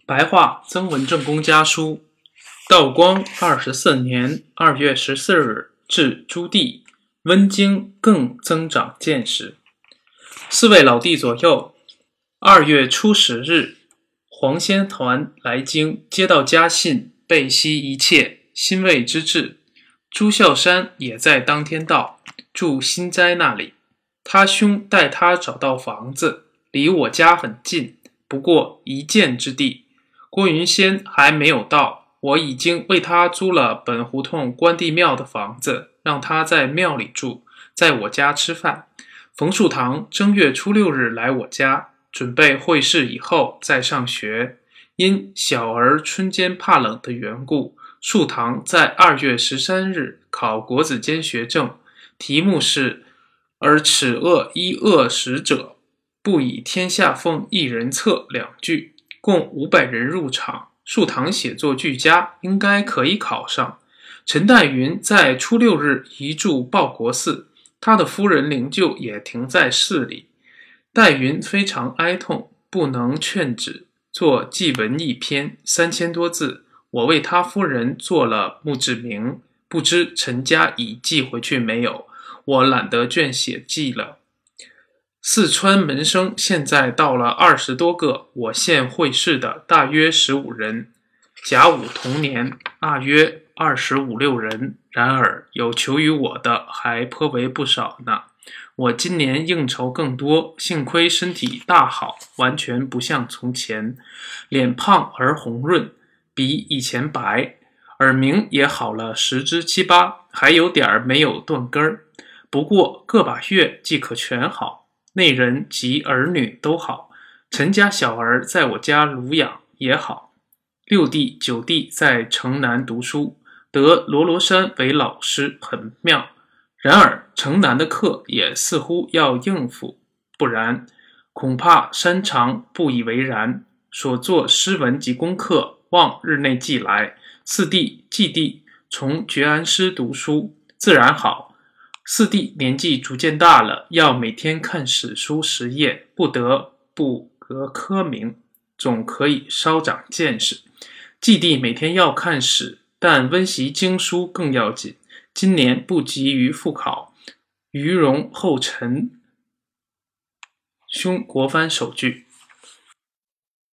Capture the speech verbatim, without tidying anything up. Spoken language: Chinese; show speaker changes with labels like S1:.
S1: 白话曾文正公家书，道光二十四年二月十四日至朱棣，温经更增长见识。四位老弟左右，二月初十日，黄仙团来京，接到家信，备悉一切，欣慰之至。朱孝山也在当天到，住新斋那里。他兄带他找到房子，离我家很近，不过一箭之地。郭云仙还没有到，我已经为他租了本胡同关帝庙的房子，让他在庙里住，在我家吃饭。冯树堂正月初六日来我家，准备会试以后再上学。因小儿春间怕冷的缘故，树堂在二月十三日考国子监学政，题目是而耻恶一恶食者，不以天下奉一人册两句，共五百人入场。树堂写作俱佳，应该可以考上。陈岱云在初六日移驻报国寺，他的夫人灵柩也停在寺里。岱云非常哀痛，不能劝止，作祭文一篇，三千多字。我为他夫人做了墓志铭，不知陈家已寄回去没有，我懒得撰写记了。四川门生现在到了二十多个，我现会试的大约十五人。甲午同年，大约二十五六人，然而有求于我的还颇为不少呢。我今年应酬更多，幸亏身体大好，完全不像从前，脸胖而红润，比以前白，耳鸣也好了十之七八，还有点没有断根儿。不过个把月即可全好，内人及儿女都好。陈家小儿在我家乳养也好。六弟九弟在城南读书，得罗罗山为老师，很妙。然而城南的课也似乎要应付，不然恐怕山长不以为然。所作诗文及功课，望日内寄来。四弟季弟从觉安师读书，自然好。四弟年纪逐渐大了，要每天看史书十页，不得不革科名，总可以稍长见识。季弟每天要看史，但温习经书更要紧。今年不急于复考，于荣后陈兄国藩手句。